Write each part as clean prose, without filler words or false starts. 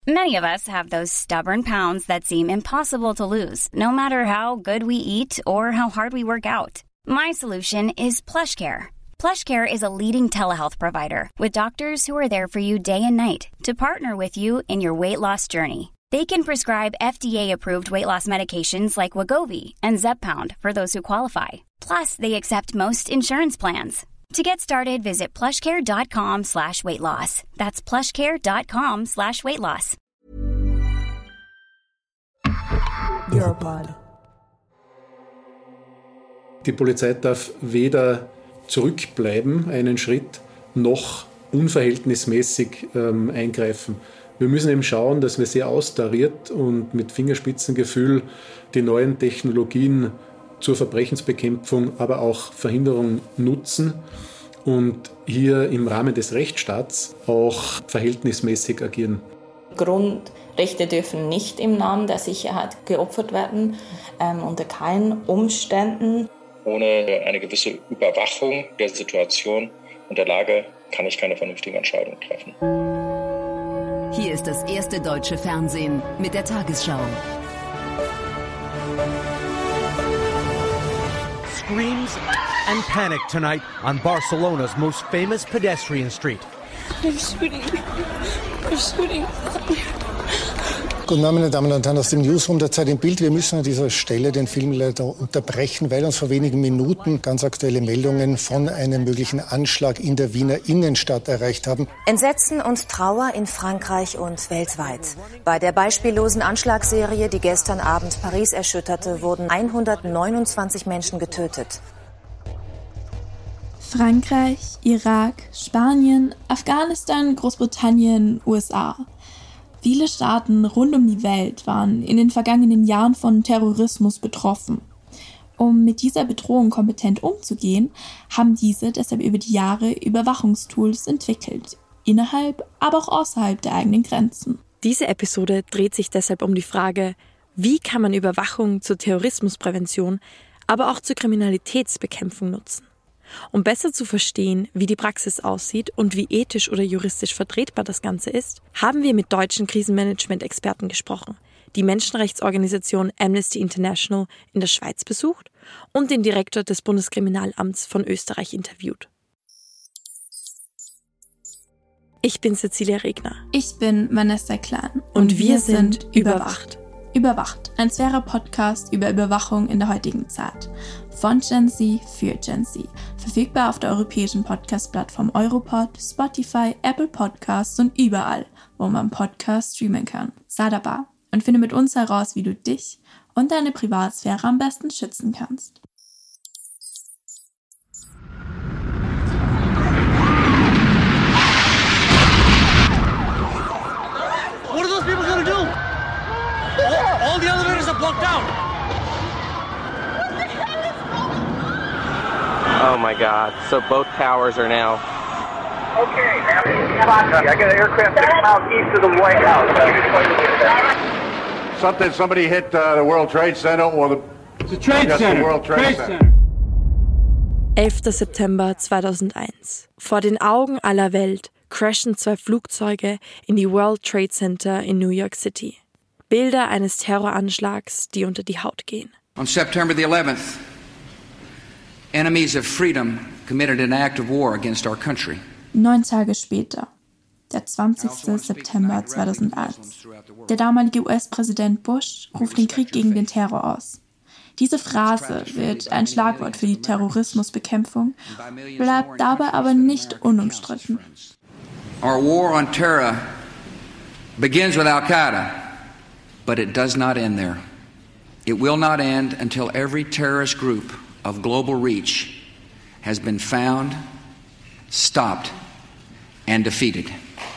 Many of us have those stubborn pounds that seem impossible to lose, no matter how good we eat or how hard we work out. My solution is PlushCare. PlushCare is a leading telehealth provider with doctors who are there for you day and night to partner with you in your weight loss journey. They can prescribe FDA-approved weight loss medications like Wegovy and Zepbound for those who qualify. Plus, they accept most insurance plans. To get started, visit plushcare.com/weightloss. That's plushcare.com/weightloss. Europod. Die Polizei darf weder zurückbleiben, einen Schritt, noch unverhältnismäßig eingreifen. Wir müssen eben schauen, dass wir sehr austariert und mit Fingerspitzengefühl die neuen Technologien zur Verbrechensbekämpfung, aber auch Verhinderung nutzen und hier im Rahmen des Rechtsstaats auch verhältnismäßig agieren. Grundrechte dürfen nicht im Namen der Sicherheit geopfert werden, unter keinen Umständen. Ohne eine gewisse Überwachung der Situation und der Lage kann ich keine vernünftigen Entscheidungen treffen. Hier ist das erste deutsche Fernsehen mit der Tagesschau. Screams and panic tonight on Barcelona's most famous pedestrian street. They're shooting. They're shooting. Guten Abend, meine Damen und Herren, aus dem Newsroom der Zeit im Bild. Wir müssen an dieser Stelle den Film leider unterbrechen, weil uns vor wenigen Minuten ganz aktuelle Meldungen von einem möglichen Anschlag in der Wiener Innenstadt erreicht haben. Entsetzen und Trauer in Frankreich und weltweit. Bei der beispiellosen Anschlagsserie, die gestern Abend Paris erschütterte, wurden 129 Menschen getötet. Frankreich, Irak, Spanien, Afghanistan, Großbritannien, USA. Viele Staaten rund um die Welt waren in den vergangenen Jahren von Terrorismus betroffen. Um mit dieser Bedrohung kompetent umzugehen, haben diese deshalb über die Jahre Überwachungstools entwickelt, innerhalb, aber auch außerhalb der eigenen Grenzen. Diese Episode dreht sich deshalb um die Frage, wie kann man Überwachung zur Terrorismusprävention, aber auch zur Kriminalitätsbekämpfung nutzen? Um besser zu verstehen, wie die Praxis aussieht und wie ethisch oder juristisch vertretbar das Ganze ist, haben wir mit deutschen Krisenmanagement-Experten gesprochen, die Menschenrechtsorganisation Amnesty International in der Schweiz besucht und den Direktor des Bundeskriminalamts von Österreich interviewt. Ich bin Cecilia Regner. Ich bin Vanessa Klein. Und wir sind Überwacht. Überwacht, ein schwerer Podcast über Überwachung in der heutigen Zeit. Von Gen Z für Gen Z. Verfügbar auf der europäischen Podcast-Plattform Europod, Spotify, Apple Podcasts und überall, wo man Podcasts streamen kann. Sei dabei und finde mit uns heraus, wie du dich und deine Privatsphäre am besten schützen kannst. What are those people gonna do? All the elevators are blocked out. Oh my God! So both towers are now. Okay, I got an aircraft 6 miles east of the White House. Somebody hit the World Trade Center or the Trade Center. World Trade Center. 11. September 2001. Vor den Augen aller Welt crashen 2 Flugzeuge in die World Trade Center in New York City. Bilder eines Terroranschlags, die unter die Haut gehen. On September the 11th, enemies of freedom committed an act of war against our country. 9 Tage später, der 20. September 2001. Der damalige US-Präsident Bush ruft den Krieg gegen den Terror aus. Diese Phrase wird ein Schlagwort für die Terrorismusbekämpfung, bleibt dabei aber nicht unumstritten. Our war on terror begins with Al-Qaeda, but it does not end there. It will not end until every terrorist group of global reach has been found, stopped, and defeated.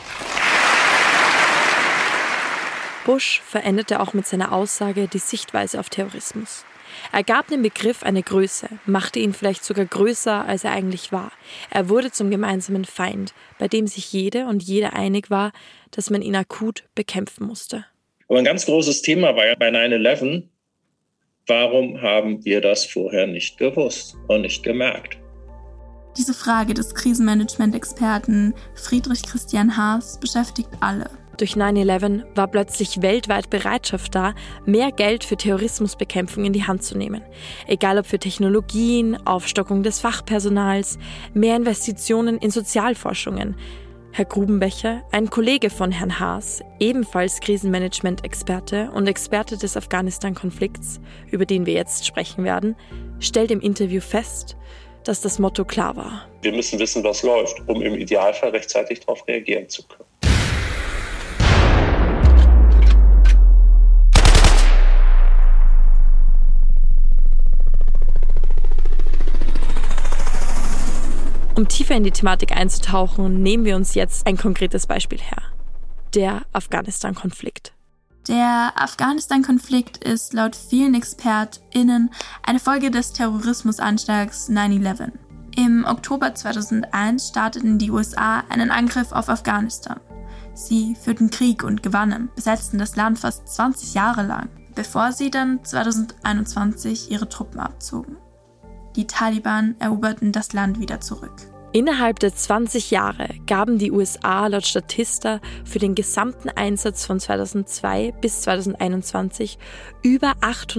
Bush veränderte auch mit seiner Aussage die Sichtweise auf Terrorismus. Er gab dem Begriff eine Größe, machte ihn vielleicht sogar größer, als er eigentlich war. Er wurde zum gemeinsamen Feind, bei dem sich jede und jeder einig war, dass man ihn akut bekämpfen musste. Aber ein ganz großes Thema war ja bei 9/11, warum haben wir das vorher nicht gewusst und nicht gemerkt? Diese Frage des Krisenmanagement-Experten Friedrich Christian Haas beschäftigt alle. Durch 9/11 war plötzlich weltweit Bereitschaft da, mehr Geld für Terrorismusbekämpfung in die Hand zu nehmen. Egal ob für Technologien, Aufstockung des Fachpersonals, mehr Investitionen in Sozialforschungen. Herr Grubenbecher, ein Kollege von Herrn Haas, ebenfalls Krisenmanagement-Experte und Experte des Afghanistan-Konflikts, über den wir jetzt sprechen werden, stellt im Interview fest, dass das Motto klar war. Wir müssen wissen, was läuft, um im Idealfall rechtzeitig darauf reagieren zu können. Um tiefer in die Thematik einzutauchen, nehmen wir uns jetzt ein konkretes Beispiel her. Der Afghanistan-Konflikt. Der Afghanistan-Konflikt ist laut vielen ExpertInnen eine Folge des Terrorismusanschlags 9/11. Im Oktober 2001 starteten die USA einen Angriff auf Afghanistan. Sie führten Krieg und gewannen, besetzten das Land fast 20 Jahre lang, bevor sie dann 2021 ihre Truppen abzogen. Die Taliban eroberten das Land wieder zurück. Innerhalb der 20 Jahre gaben die USA laut Statista für den gesamten Einsatz von 2002 bis 2021 über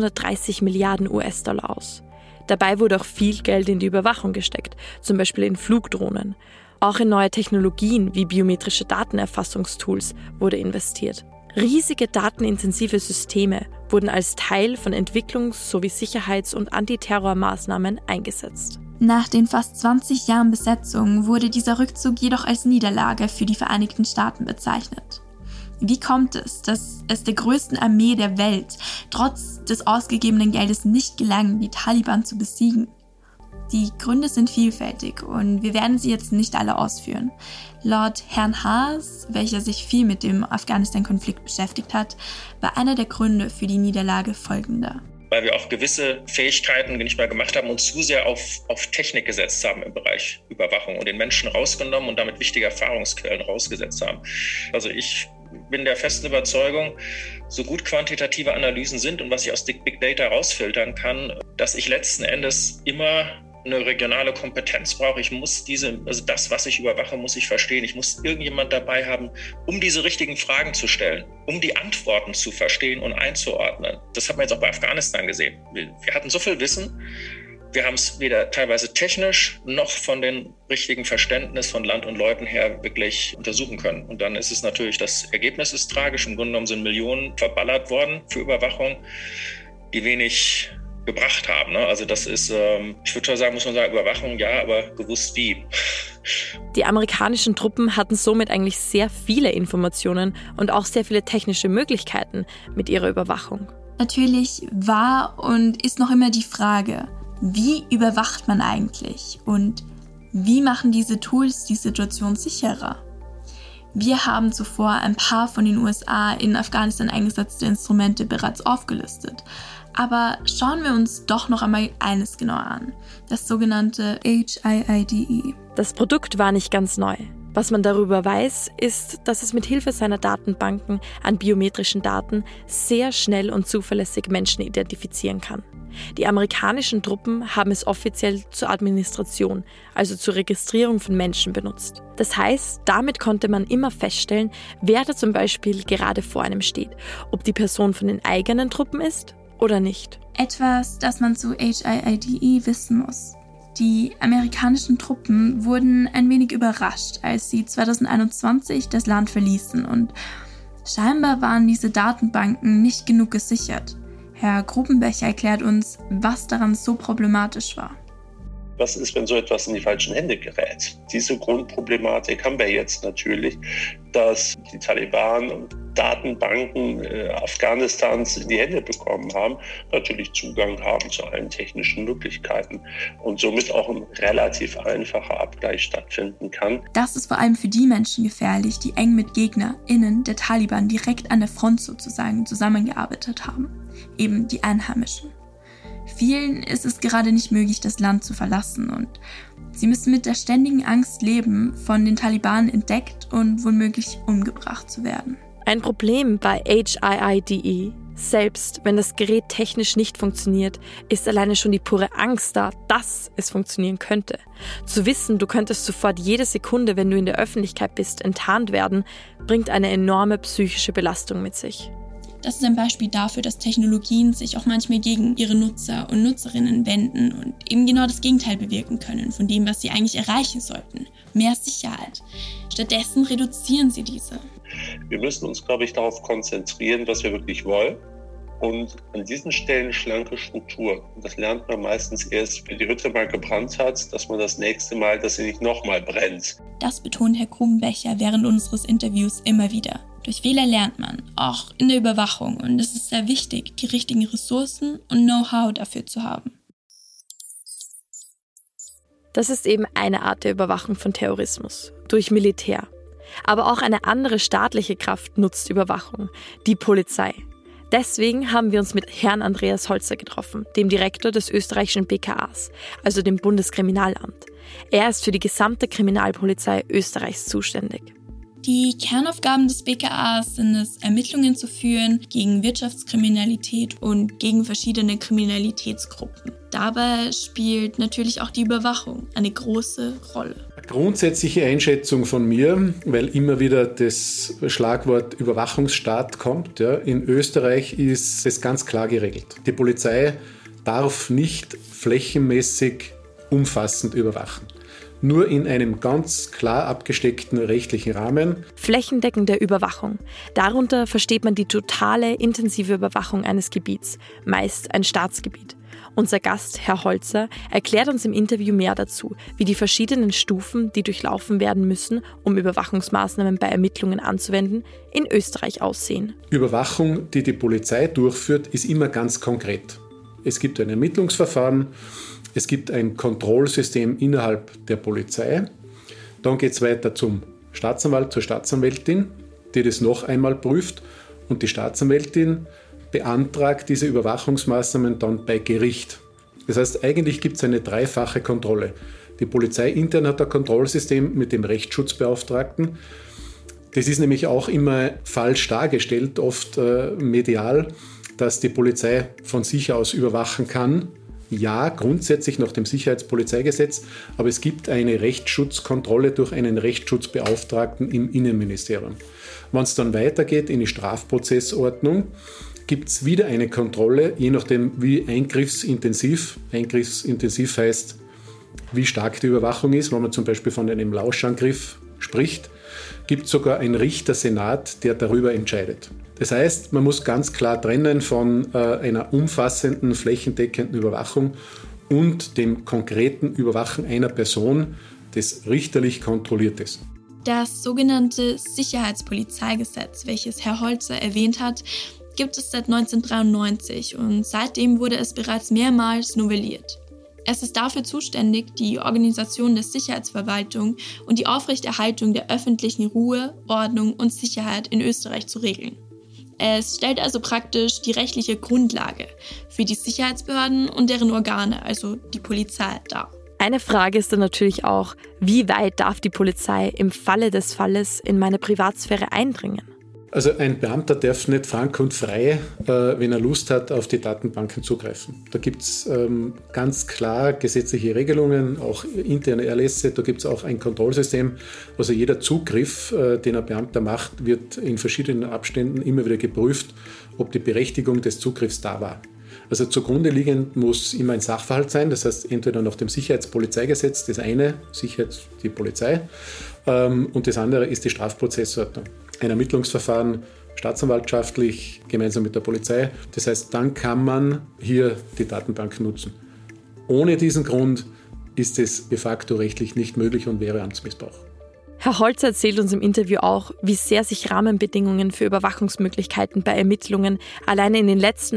830 Milliarden US-Dollar aus. Dabei wurde auch viel Geld in die Überwachung gesteckt, zum Beispiel in Flugdrohnen. Auch in neue Technologien wie biometrische Datenerfassungstools wurde investiert. Riesige datenintensive Systeme wurden als Teil von Entwicklungs- sowie Sicherheits- und Antiterrormaßnahmen eingesetzt. Nach den fast 20 Jahren Besetzung wurde dieser Rückzug jedoch als Niederlage für die Vereinigten Staaten bezeichnet. Wie kommt es, dass es der größten Armee der Welt trotz des ausgegebenen Geldes nicht gelang, die Taliban zu besiegen? Die Gründe sind vielfältig und wir werden sie jetzt nicht alle ausführen. Laut Herrn Haas, welcher sich viel mit dem Afghanistan-Konflikt beschäftigt hat, war einer der Gründe für die Niederlage folgender. Weil wir auch gewisse Fähigkeiten nicht mehr gemacht haben und zu sehr auf Technik gesetzt haben im Bereich Überwachung und den Menschen rausgenommen und damit wichtige Erfahrungsquellen rausgesetzt haben. Also ich bin der festen Überzeugung, so gut quantitative Analysen sind und was ich aus Big Data rausfiltern kann, dass ich letzten Endes immer eine regionale Kompetenz brauche. Ich muss das, was ich überwache, muss ich verstehen. Ich muss irgendjemand dabei haben, um diese richtigen Fragen zu stellen, um die Antworten zu verstehen und einzuordnen. Das hat man jetzt auch bei Afghanistan gesehen. Wir hatten so viel Wissen. Wir haben es weder teilweise technisch noch von dem richtigen Verständnis von Land und Leuten her wirklich untersuchen können. Und dann ist es natürlich, das Ergebnis ist tragisch. Im Grunde genommen sind Millionen verballert worden für Überwachung, die wenig gebracht haben. Also das ist, ich würde schon sagen, muss man sagen, Überwachung ja, aber gewusst wie. Die amerikanischen Truppen hatten somit eigentlich sehr viele Informationen und auch sehr viele technische Möglichkeiten mit ihrer Überwachung. Natürlich war und ist noch immer die Frage, wie überwacht man eigentlich und wie machen diese Tools die Situation sicherer? Wir haben zuvor ein paar von den USA in Afghanistan eingesetzte Instrumente bereits aufgelistet. Aber schauen wir uns doch noch einmal eines genauer an, das sogenannte HIIDE. Das Produkt war nicht ganz neu. Was man darüber weiß, ist, dass es mit Hilfe seiner Datenbanken an biometrischen Daten sehr schnell und zuverlässig Menschen identifizieren kann. Die amerikanischen Truppen haben es offiziell zur Administration, also zur Registrierung von Menschen benutzt. Das heißt, damit konnte man immer feststellen, wer da zum Beispiel gerade vor einem steht, ob die Person von den eigenen Truppen ist oder nicht. Etwas, das man zu HIIDE wissen muss. Die amerikanischen Truppen wurden ein wenig überrascht, als sie 2021 das Land verließen und scheinbar waren diese Datenbanken nicht genug gesichert. Herr Grubenbecher erklärt uns, was daran so problematisch war. Was ist, wenn so etwas in die falschen Hände gerät? Diese Grundproblematik haben wir jetzt natürlich, dass die Taliban Datenbanken Afghanistans in die Hände bekommen haben, natürlich Zugang haben zu allen technischen Möglichkeiten und somit auch ein relativ einfacher Abgleich stattfinden kann. Das ist vor allem für die Menschen gefährlich, die eng mit GegnerInnen der Taliban direkt an der Front sozusagen zusammengearbeitet haben, eben die Einheimischen. Vielen ist es gerade nicht möglich, das Land zu verlassen und sie müssen mit der ständigen Angst leben, von den Taliban entdeckt und womöglich umgebracht zu werden. Ein Problem bei HIIDE Selbst wenn das Gerät technisch nicht funktioniert, ist alleine schon die pure Angst da, dass es funktionieren könnte. Zu wissen, du könntest sofort jede Sekunde, wenn du in der Öffentlichkeit bist, enttarnt werden, bringt eine enorme psychische Belastung mit sich. Das ist ein Beispiel dafür, dass Technologien sich auch manchmal gegen ihre Nutzer und Nutzerinnen wenden und eben genau das Gegenteil bewirken können von dem, was sie eigentlich erreichen sollten. Mehr Sicherheit. Stattdessen reduzieren sie diese. Wir müssen uns, glaube ich, darauf konzentrieren, was wir wirklich wollen. Und an diesen Stellen schlanke Struktur. Und das lernt man meistens erst, wenn die Hütte mal gebrannt hat, dass man das nächste Mal, dass sie nicht nochmal brennt. Das betont Herr Grubenbecher während unseres Interviews immer wieder. Durch Fehler lernt man, auch in der Überwachung. Und es ist sehr wichtig, die richtigen Ressourcen und Know-how dafür zu haben. Das ist eben eine Art der Überwachung von Terrorismus, durch Militär. Aber auch eine andere staatliche Kraft nutzt Überwachung, die Polizei. Deswegen haben wir uns mit Herrn Andreas Holzer getroffen, dem Direktor des österreichischen BKAs, also dem Bundeskriminalamt. Er ist für die gesamte Kriminalpolizei Österreichs zuständig. Die Kernaufgaben des BKAs sind es, Ermittlungen zu führen gegen Wirtschaftskriminalität und gegen verschiedene Kriminalitätsgruppen. Dabei spielt natürlich auch die Überwachung eine große Rolle. Grundsätzliche Einschätzung von mir, weil immer wieder das Schlagwort Überwachungsstaat kommt. Ja, in Österreich ist es ganz klar geregelt. Die Polizei darf nicht flächenmäßig umfassend überwachen. Nur in einem ganz klar abgesteckten rechtlichen Rahmen. Flächendeckende Überwachung. Darunter versteht man die totale, intensive Überwachung eines Gebiets, meist ein Staatsgebiet. Unser Gast, Herr Holzer, erklärt uns im Interview mehr dazu, wie die verschiedenen Stufen, die durchlaufen werden müssen, um Überwachungsmaßnahmen bei Ermittlungen anzuwenden, in Österreich aussehen. Überwachung, die die Polizei durchführt, ist immer ganz konkret. Es gibt ein Ermittlungsverfahren, es gibt ein Kontrollsystem innerhalb der Polizei. Dann geht es weiter zum Staatsanwalt, zur Staatsanwältin, die das noch einmal prüft. Und die Staatsanwältin beantragt diese Überwachungsmaßnahmen dann bei Gericht. Das heißt, eigentlich gibt es eine dreifache Kontrolle. Die Polizei intern hat ein Kontrollsystem mit dem Rechtsschutzbeauftragten. Das ist nämlich auch immer falsch dargestellt, oft medial, dass die Polizei von sich aus überwachen kann. Ja, grundsätzlich nach dem Sicherheitspolizeigesetz, aber es gibt eine Rechtsschutzkontrolle durch einen Rechtsschutzbeauftragten im Innenministerium. Wenn es dann weitergeht in die Strafprozessordnung, gibt es wieder eine Kontrolle, je nachdem wie eingriffsintensiv. Eingriffsintensiv heißt, wie stark die Überwachung ist. Wenn man zum Beispiel von einem Lauschangriff spricht, gibt es sogar einen Richtersenat, der darüber entscheidet. Das heißt, man muss ganz klar trennen von einer umfassenden, flächendeckenden Überwachung und dem konkreten Überwachen einer Person, das richterlich kontrolliert ist. Das sogenannte Sicherheitspolizeigesetz, welches Herr Holzer erwähnt hat, gibt es seit 1993 und seitdem wurde es bereits mehrmals novelliert. Es ist dafür zuständig, die Organisation der Sicherheitsverwaltung und die Aufrechterhaltung der öffentlichen Ruhe, Ordnung und Sicherheit in Österreich zu regeln. Es stellt also praktisch die rechtliche Grundlage für die Sicherheitsbehörden und deren Organe, also die Polizei, dar. Eine Frage ist dann natürlich auch, wie weit darf die Polizei im Falle des Falles in meine Privatsphäre eindringen? Also ein Beamter darf nicht frank und frei, wenn er Lust hat, auf die Datenbanken zugreifen. Da gibt es ganz klar gesetzliche Regelungen, auch interne Erlässe, da gibt es auch ein Kontrollsystem. Also jeder Zugriff, den ein Beamter macht, wird in verschiedenen Abständen immer wieder geprüft, ob die Berechtigung des Zugriffs da war. Also zugrunde liegend muss immer ein Sachverhalt sein, das heißt entweder nach dem Sicherheitspolizeigesetz, das eine, die Polizei, und das andere ist die Strafprozessordnung. Ein Ermittlungsverfahren staatsanwaltschaftlich gemeinsam mit der Polizei. Das heißt, dann kann man hier die Datenbank nutzen. Ohne diesen Grund ist es de facto rechtlich nicht möglich und wäre Amtsmissbrauch. Herr Holzer erzählt uns im Interview auch, wie sehr sich Rahmenbedingungen für Überwachungsmöglichkeiten bei Ermittlungen alleine in den letzten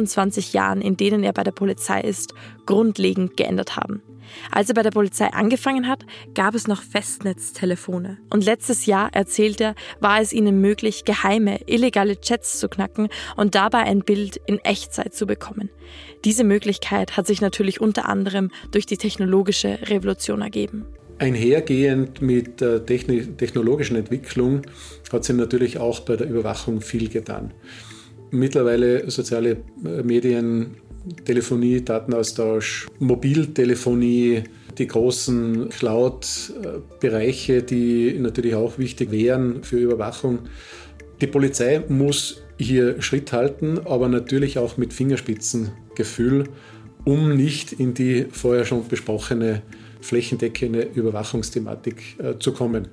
28 Jahren, in denen er bei der Polizei ist, grundlegend geändert haben. Als er bei der Polizei angefangen hat, gab es noch Festnetztelefone. Und letztes Jahr, erzählt er, war es ihnen möglich, geheime, illegale Chats zu knacken und dabei ein Bild in Echtzeit zu bekommen. Diese Möglichkeit hat sich natürlich unter anderem durch die technologische Revolution ergeben. Einhergehend mit der technologischen Entwicklung hat sich natürlich auch bei der Überwachung viel getan. mittlerweile soziale Medien, Telefonie, Datenaustausch, Mobiltelefonie, die großen Cloud-Bereiche, die natürlich auch wichtig wären für Überwachung. Die Polizei muss hier Schritt halten, aber natürlich auch mit Fingerspitzengefühl, um nicht in die vorher schon besprochene flächendeckende Überwachungsthematik zu kommen.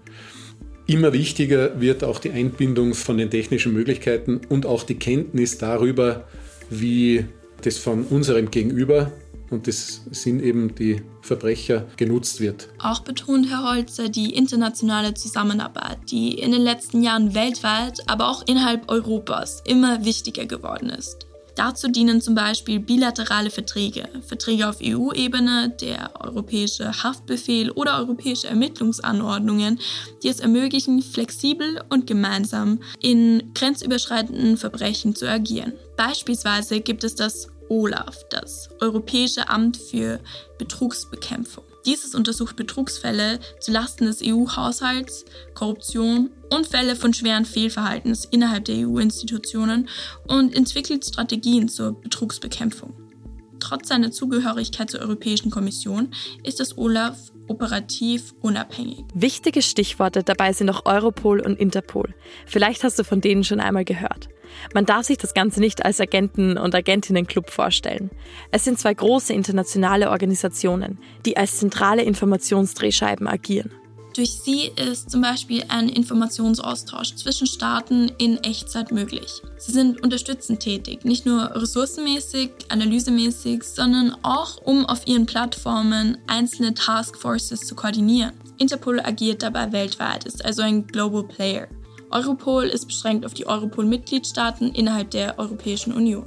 Immer wichtiger wird auch die Einbindung von den technischen Möglichkeiten und auch die Kenntnis darüber, wie das von unserem Gegenüber, und das sind eben die Verbrecher, genutzt wird. Auch betont Herr Holzer die internationale Zusammenarbeit, die in den letzten Jahren weltweit, aber auch innerhalb Europas immer wichtiger geworden ist. Dazu dienen zum Beispiel bilaterale Verträge auf EU-Ebene, der Europäische Haftbefehl oder europäische Ermittlungsanordnungen, die es ermöglichen, flexibel und gemeinsam in grenzüberschreitenden Verbrechen zu agieren. Beispielsweise gibt es das OLAF, das Europäische Amt für Betrugsbekämpfung. Dieses untersucht Betrugsfälle zulasten des EU-Haushalts, Korruption und Fälle von schweren Fehlverhaltens innerhalb der EU-Institutionen und entwickelt Strategien zur Betrugsbekämpfung. Trotz seiner Zugehörigkeit zur Europäischen Kommission ist das OLAF operativ unabhängig. Wichtige Stichworte dabei sind auch Europol und Interpol. Vielleicht hast du von denen schon einmal gehört. Man darf sich das Ganze nicht als Agenten- und Agentinnen-Club vorstellen. Es sind zwei große internationale Organisationen, die als zentrale Informationsdrehscheiben agieren. Durch sie ist zum Beispiel ein Informationsaustausch zwischen Staaten in Echtzeit möglich. Sie sind unterstützend tätig, nicht nur ressourcenmäßig, analysemäßig, sondern auch, um auf ihren Plattformen einzelne Taskforces zu koordinieren. Interpol agiert dabei weltweit, ist also ein Global Player. Europol ist beschränkt auf die Europol-Mitgliedstaaten innerhalb der Europäischen Union.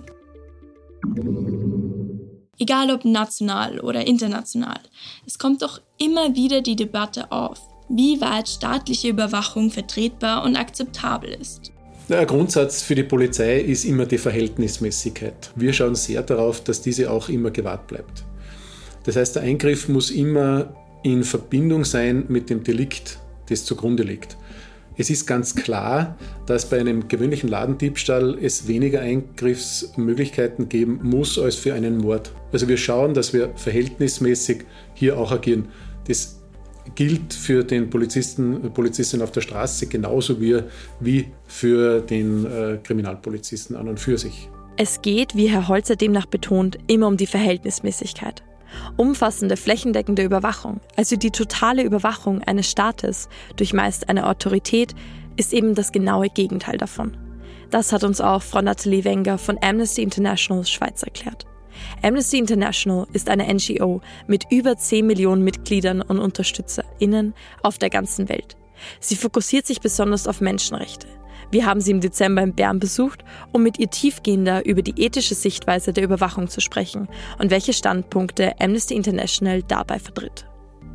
Egal ob national oder international, es kommt doch immer wieder die Debatte auf, wie weit staatliche Überwachung vertretbar und akzeptabel ist. Der Grundsatz für die Polizei ist immer die Verhältnismäßigkeit. Wir schauen sehr darauf, dass diese auch immer gewahrt bleibt. Das heißt, der Eingriff muss immer in Verbindung sein mit dem Delikt, das zugrunde liegt. Es ist ganz klar, dass bei einem gewöhnlichen Ladendiebstahl es weniger Eingriffsmöglichkeiten geben muss als für einen Mord. Also wir schauen, dass wir verhältnismäßig hier auch agieren. Das gilt für den Polizisten auf der Straße genauso wie für den Kriminalpolizisten an und für sich. Es geht, wie Herr Holzer demnach betont, immer um die Verhältnismäßigkeit. Umfassende flächendeckende Überwachung, also die totale Überwachung eines Staates durch meist eine Autorität, ist eben das genaue Gegenteil davon. Das hat uns auch Frau Nathalie Wenger von Amnesty International Schweiz erklärt. Amnesty International ist eine NGO mit über 10 Millionen Mitgliedern und UnterstützerInnen auf der ganzen Welt. Sie fokussiert sich besonders auf Menschenrechte. Wir haben sie im Dezember in Bern besucht, um mit ihr tiefgehender über die ethische Sichtweise der Überwachung zu sprechen und welche Standpunkte Amnesty International dabei vertritt.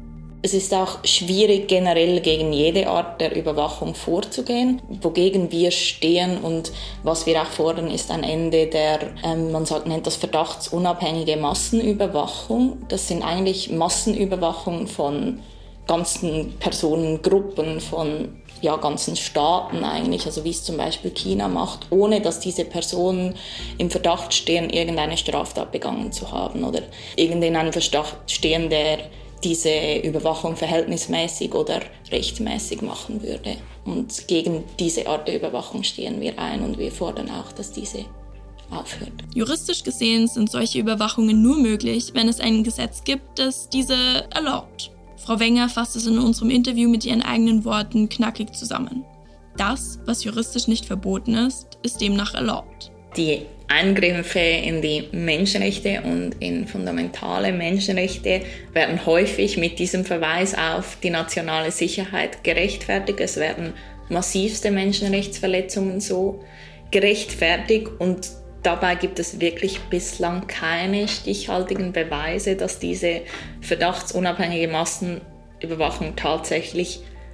Es ist auch schwierig, generell gegen jede Art der Überwachung vorzugehen. Wogegen wir stehen und was wir auch fordern, ist ein Ende der, nennt das verdachtsunabhängige Massenüberwachung. Das sind eigentlich Massenüberwachungen von ganzen Personengruppen, von ganzen Staaten eigentlich, also wie es zum Beispiel China macht, ohne dass diese Personen im Verdacht stehen, irgendeine Straftat begangen zu haben oder in einem Verdacht stehen, der diese Überwachung verhältnismäßig oder rechtmäßig machen würde. Und gegen diese Art der Überwachung stehen wir ein und wir fordern auch, dass diese aufhört. Juristisch gesehen sind solche Überwachungen nur möglich, wenn es ein Gesetz gibt, das diese erlaubt. Frau Wenger fasst es in unserem Interview mit ihren eigenen Worten knackig zusammen. Das, was juristisch nicht verboten ist, ist demnach erlaubt. Die Eingriffe in die Menschenrechte und in fundamentale Menschenrechte werden häufig mit diesem Verweis auf die nationale Sicherheit gerechtfertigt. Es werden massivste Menschenrechtsverletzungen so gerechtfertigt und dabei gibt es wirklich bislang keine stichhaltigen Beweise, dass diese verdachtsunabhängige Massenüberwachung tatsächlich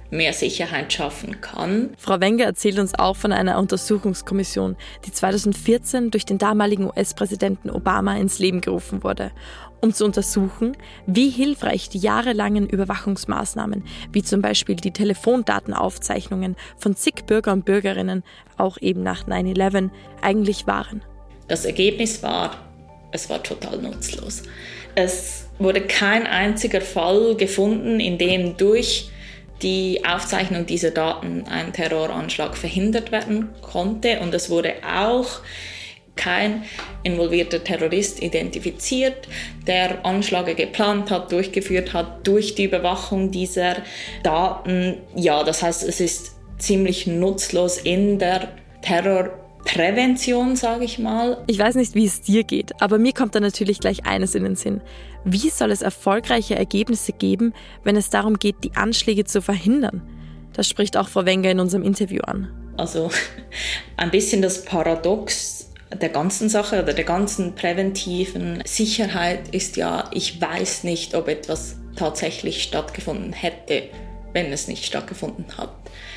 mehr Sicherheit schaffen kann. Frau Wenger erzählt uns auch von einer Untersuchungskommission, die 2014 durch den damaligen US-Präsidenten Obama ins Leben gerufen wurde, um zu untersuchen, wie hilfreich die jahrelangen Überwachungsmaßnahmen, wie zum Beispiel die Telefondatenaufzeichnungen von zig Bürger und Bürgerinnen, auch eben nach 9/11, eigentlich waren. Das Ergebnis war, es war total nutzlos. Es wurde kein einziger Fall gefunden, in dem durch die Aufzeichnung dieser Daten ein Terroranschlag verhindert werden konnte. Und es wurde auch kein involvierter Terrorist identifiziert, der Anschläge geplant hat, durchgeführt hat durch die Überwachung dieser Daten. Ja, das heißt, es ist ziemlich nutzlos in der Terrorprävention, sage ich mal. Ich weiß nicht, wie es dir geht, aber mir kommt da natürlich gleich eines in den Sinn. Wie soll es erfolgreiche Ergebnisse geben, wenn es darum geht, die Anschläge zu verhindern? Das spricht auch Frau Wenger in unserem Interview an. Also ein bisschen das Paradox der ganzen Sache oder der ganzen präventiven Sicherheit ist ja, ich weiß nicht, ob etwas tatsächlich stattgefunden hätte, wenn es nicht stattgefunden hat.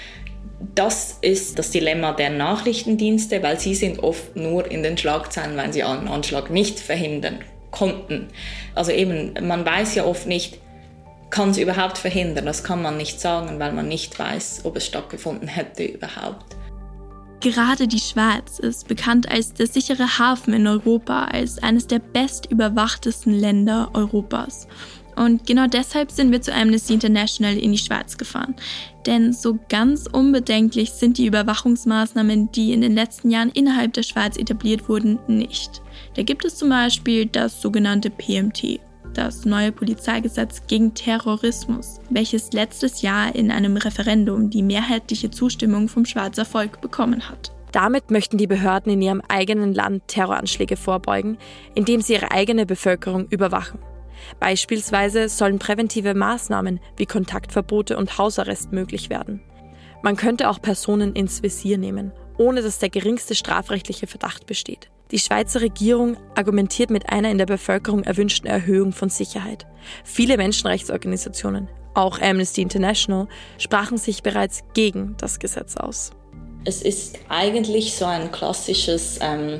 Das ist das Dilemma der Nachrichtendienste, weil sie sind oft nur in den Schlagzeilen, weil sie einen Anschlag nicht verhindern konnten. Also eben, man weiß ja oft nicht, kann es überhaupt verhindern? Das kann man nicht sagen, weil man nicht weiß, ob es stattgefunden hätte überhaupt. Gerade die Schweiz ist bekannt als der sichere Hafen in Europa, als eines der bestüberwachtesten Länder Europas. Und genau deshalb sind wir zu Amnesty International in die Schweiz gefahren. Denn so ganz unbedenklich sind die Überwachungsmaßnahmen, die in den letzten Jahren innerhalb der Schweiz etabliert wurden, nicht. Da gibt es zum Beispiel das sogenannte PMT, das neue Polizeigesetz gegen Terrorismus, welches letztes Jahr in einem Referendum die mehrheitliche Zustimmung vom Schweizer Volk bekommen hat. Damit möchten die Behörden in ihrem eigenen Land Terroranschläge vorbeugen, indem sie ihre eigene Bevölkerung überwachen. Beispielsweise sollen präventive Maßnahmen wie Kontaktverbote und Hausarrest möglich werden. Man könnte auch Personen ins Visier nehmen, ohne dass der geringste strafrechtliche Verdacht besteht. Die Schweizer Regierung argumentiert mit einer in der Bevölkerung erwünschten Erhöhung von Sicherheit. Viele Menschenrechtsorganisationen, auch Amnesty International, sprachen sich bereits gegen das Gesetz aus. Es ist eigentlich so ein klassisches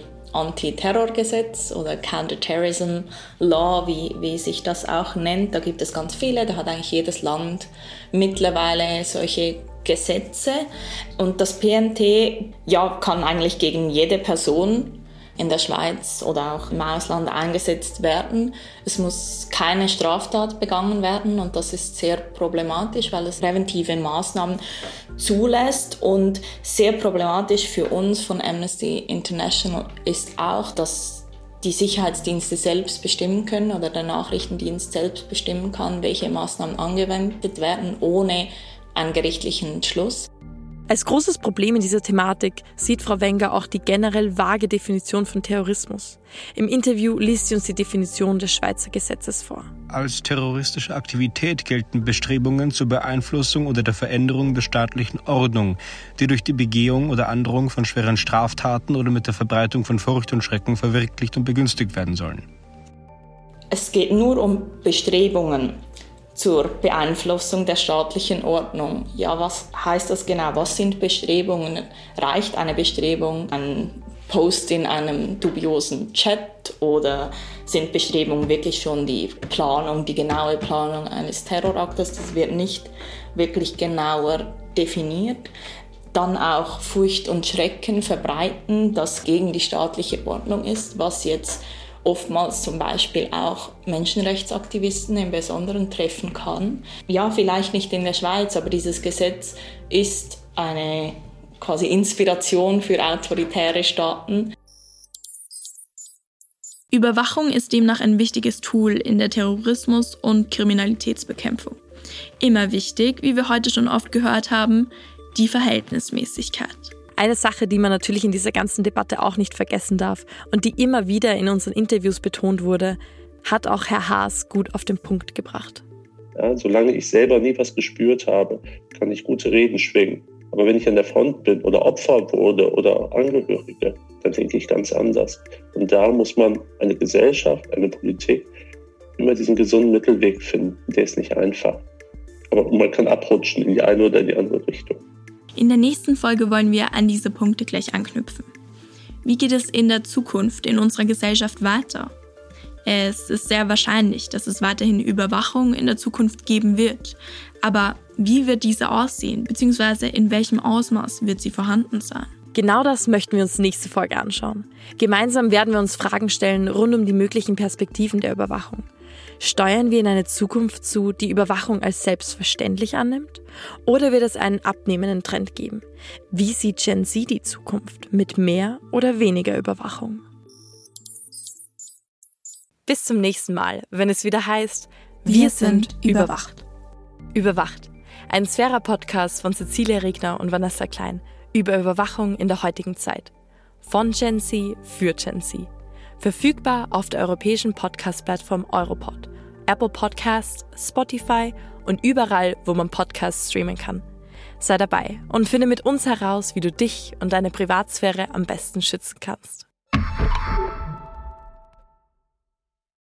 Anti-Terror-Gesetz oder Counter-Terrorism Law, wie sich das auch nennt. Da gibt es ganz viele, da hat eigentlich jedes Land mittlerweile solche Gesetze. Und das PMT kann eigentlich gegen jede Person in der Schweiz oder auch im Ausland eingesetzt werden. Es muss keine Straftat begangen werden und das ist sehr problematisch, weil es präventive Maßnahmen zulässt. Und sehr problematisch für uns von Amnesty International ist auch, dass die Sicherheitsdienste selbst bestimmen können oder der Nachrichtendienst selbst bestimmen kann, welche Maßnahmen angewendet werden, ohne einen gerichtlichen Entschluss. Als großes Problem in dieser Thematik sieht Frau Wenger auch die generell vage Definition von Terrorismus. Im Interview liest sie uns die Definition des Schweizer Gesetzes vor. Als terroristische Aktivität gelten Bestrebungen zur Beeinflussung oder der Veränderung der staatlichen Ordnung, die durch die Begehung oder Androhung von schweren Straftaten oder mit der Verbreitung von Furcht und Schrecken verwirklicht und begünstigt werden sollen. Es geht nur um Bestrebungen zur Beeinflussung der staatlichen Ordnung. Ja, was heißt das genau? Was sind Bestrebungen? Reicht eine Bestrebung, ein Post in einem dubiosen Chat oder sind Bestrebungen wirklich schon die Planung, die genaue Planung eines Terroraktes? Das wird nicht wirklich genauer definiert. Dann auch Furcht und Schrecken verbreiten, das gegen die staatliche Ordnung ist, was jetzt oftmals zum Beispiel auch Menschenrechtsaktivisten im Besonderen treffen kann. Ja, vielleicht nicht in der Schweiz, aber dieses Gesetz ist eine quasi Inspiration für autoritäre Staaten. Überwachung ist demnach ein wichtiges Tool in der Terrorismus- und Kriminalitätsbekämpfung. Immer wichtig, wie wir heute schon oft gehört haben, die Verhältnismäßigkeit. Eine Sache, die man natürlich in dieser ganzen Debatte auch nicht vergessen darf und die immer wieder in unseren Interviews betont wurde, hat auch Herr Haas gut auf den Punkt gebracht. Ja, solange ich selber nie was gespürt habe, kann ich gute Reden schwingen. Aber wenn ich an der Front bin oder Opfer wurde oder Angehörige, dann denke ich ganz anders. Und da muss man eine Gesellschaft, eine Politik immer diesen gesunden Mittelweg finden. Der ist nicht einfach. Aber man kann abrutschen in die eine oder die andere Richtung. In der nächsten Folge wollen wir an diese Punkte gleich anknüpfen. Wie geht es in der Zukunft in unserer Gesellschaft weiter? Es ist sehr wahrscheinlich, dass es weiterhin Überwachung in der Zukunft geben wird. Aber wie wird diese aussehen, beziehungsweise in welchem Ausmaß wird sie vorhanden sein? Genau das möchten wir uns nächste Folge anschauen. Gemeinsam werden wir uns Fragen stellen rund um die möglichen Perspektiven der Überwachung. Steuern wir in eine Zukunft zu, die Überwachung als selbstverständlich annimmt? Oder wird es einen abnehmenden Trend geben? Wie sieht Gen Z die Zukunft? Mit mehr oder weniger Überwachung? Bis zum nächsten Mal, wenn es wieder heißt, wir sind überwacht. Überwacht. Ein Sphära-Podcast von Cecilia Regner und Vanessa Klein über Überwachung in der heutigen Zeit. Von Gen Z für Gen Z. Verfügbar auf der europäischen Podcast-Plattform Europod, Apple Podcasts, Spotify und überall, wo man Podcasts streamen kann. Sei dabei und finde mit uns heraus, wie du dich und deine Privatsphäre am besten schützen kannst.